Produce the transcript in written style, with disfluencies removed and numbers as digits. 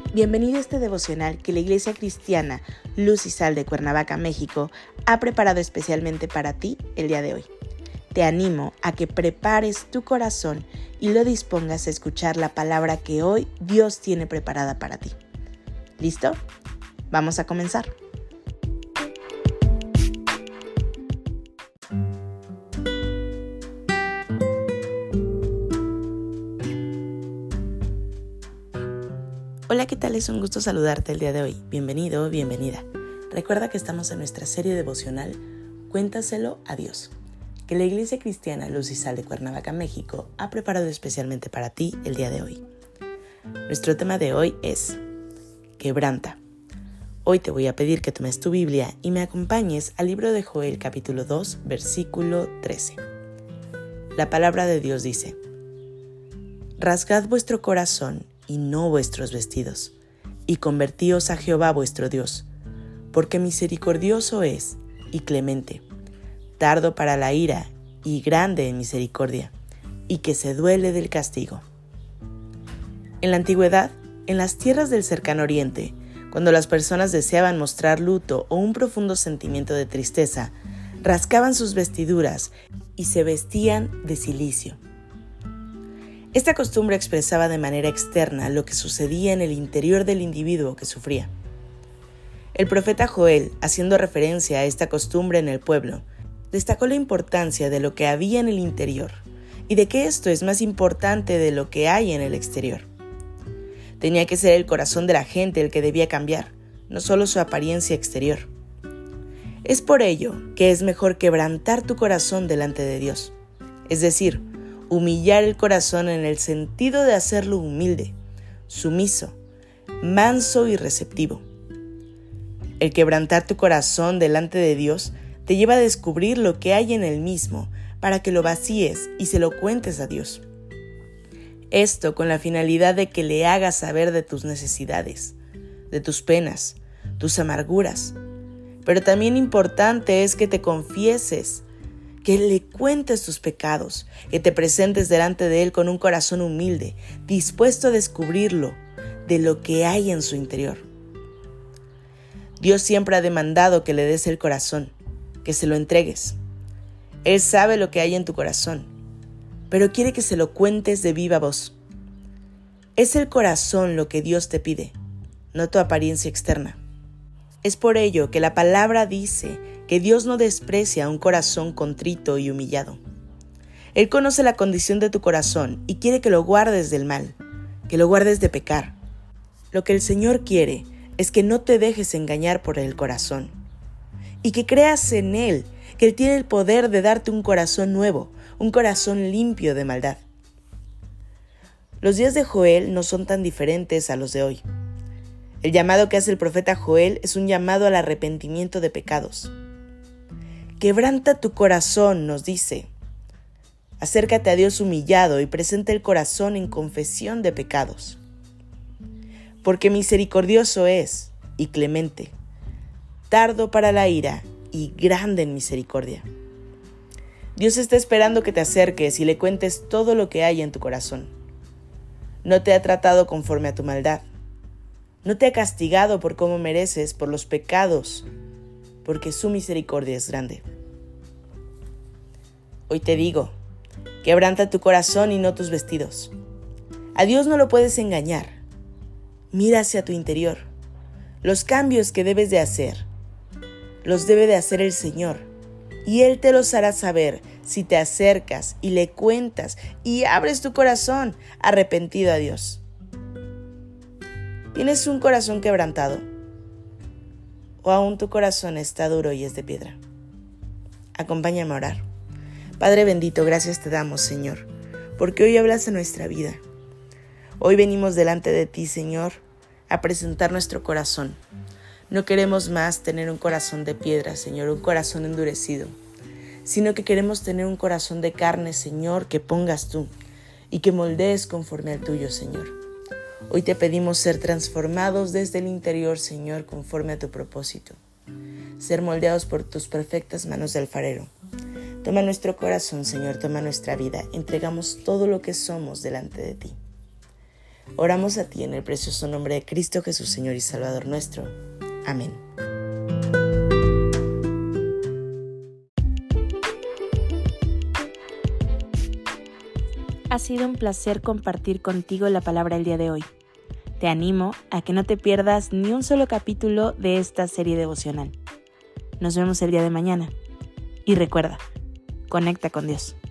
Bienvenido a este devocional que la Iglesia Cristiana Luz y Sal de Cuernavaca, México, ha preparado especialmente para ti el día de hoy. Te animo a que prepares tu corazón y lo dispongas a escuchar la palabra que hoy Dios tiene preparada para ti. ¿Listo? Vamos a comenzar. Hola, ¿qué tal? Es un gusto saludarte el día de hoy. Bienvenido o bienvenida. Recuerda que estamos en nuestra serie devocional Cuéntaselo a Dios, que la Iglesia Cristiana Luz y Sal de Cuernavaca, México, ha preparado especialmente para ti el día de hoy. Nuestro tema de hoy es Quebranta. Hoy te voy a pedir que tomes tu Biblia y me acompañes al libro de Joel capítulo 2, versículo 13. La palabra de Dios dice: Rasgad vuestro corazón y no vuestros vestidos, y convertíos a Jehová vuestro Dios, porque misericordioso es y clemente, tardo para la ira y grande en misericordia, y que se duele del castigo. En la antigüedad, en las tierras del cercano oriente, cuando las personas deseaban mostrar luto o un profundo sentimiento de tristeza, rascaban sus vestiduras y se vestían de cilicio. Esta costumbre expresaba de manera externa lo que sucedía en el interior del individuo que sufría. El profeta Joel, haciendo referencia a esta costumbre en el pueblo, destacó la importancia de lo que había en el interior y de que esto es más importante de lo que hay en el exterior. Tenía que ser el corazón de la gente el que debía cambiar, no solo su apariencia exterior. Es por ello que es mejor quebrantar tu corazón delante de Dios, es decir, humillar el corazón en el sentido de hacerlo humilde, sumiso, manso y receptivo. El quebrantar tu corazón delante de Dios te lleva a descubrir lo que hay en él mismo para que lo vacíes y se lo cuentes a Dios. Esto con la finalidad de que le hagas saber de tus necesidades, de tus penas, tus amarguras. Pero también importante es que te confieses, que le cuentes tus pecados, que te presentes delante de Él con un corazón humilde, dispuesto a descubrirlo de lo que hay en su interior. Dios siempre ha demandado que le des el corazón, que se lo entregues. Él sabe lo que hay en tu corazón, pero quiere que se lo cuentes de viva voz. Es el corazón lo que Dios te pide, no tu apariencia externa. Es por ello que la palabra dice que Dios no desprecia un corazón contrito y humillado. Él conoce la condición de tu corazón y quiere que lo guardes del mal, que lo guardes de pecar. Lo que el Señor quiere es que no te dejes engañar por el corazón y que creas en Él, que Él tiene el poder de darte un corazón nuevo, un corazón limpio de maldad. Los días de Joel no son tan diferentes a los de hoy. El llamado que hace el profeta Joel es un llamado al arrepentimiento de pecados. Quebranta tu corazón, nos dice. Acércate a Dios humillado y presenta el corazón en confesión de pecados. Porque misericordioso es y clemente, tardo para la ira y grande en misericordia. Dios está esperando que te acerques y le cuentes todo lo que hay en tu corazón. No te ha tratado conforme a tu maldad. No te ha castigado por cómo mereces, por los pecados, porque su misericordia es grande. Hoy te digo, quebranta tu corazón y no tus vestidos. A Dios no lo puedes engañar. Mira hacia tu interior. Los cambios que debes de hacer, los debe de hacer el Señor. Y Él te los hará saber si te acercas y le cuentas y abres tu corazón arrepentido a Dios. ¿Tienes un corazón quebrantado? ¿O aún tu corazón está duro y es de piedra? Acompáñame a orar. Padre bendito, gracias te damos, Señor, porque hoy hablas en nuestra vida. Hoy venimos delante de ti, Señor, a presentar nuestro corazón. No queremos más tener un corazón de piedra, Señor, un corazón endurecido, sino que queremos tener un corazón de carne, Señor, que pongas tú y que moldees conforme al tuyo, Señor. Hoy te pedimos ser transformados desde el interior, Señor, conforme a tu propósito. Ser moldeados por tus perfectas manos de alfarero. Toma nuestro corazón, Señor, toma nuestra vida. Entregamos todo lo que somos delante de ti. Oramos a ti en el precioso nombre de Cristo Jesús, Señor y Salvador nuestro. Amén. Ha sido un placer compartir contigo la palabra el día de hoy. Te animo a que no te pierdas ni un solo capítulo de esta serie devocional. Nos vemos el día de mañana. Y recuerda, conecta con Dios.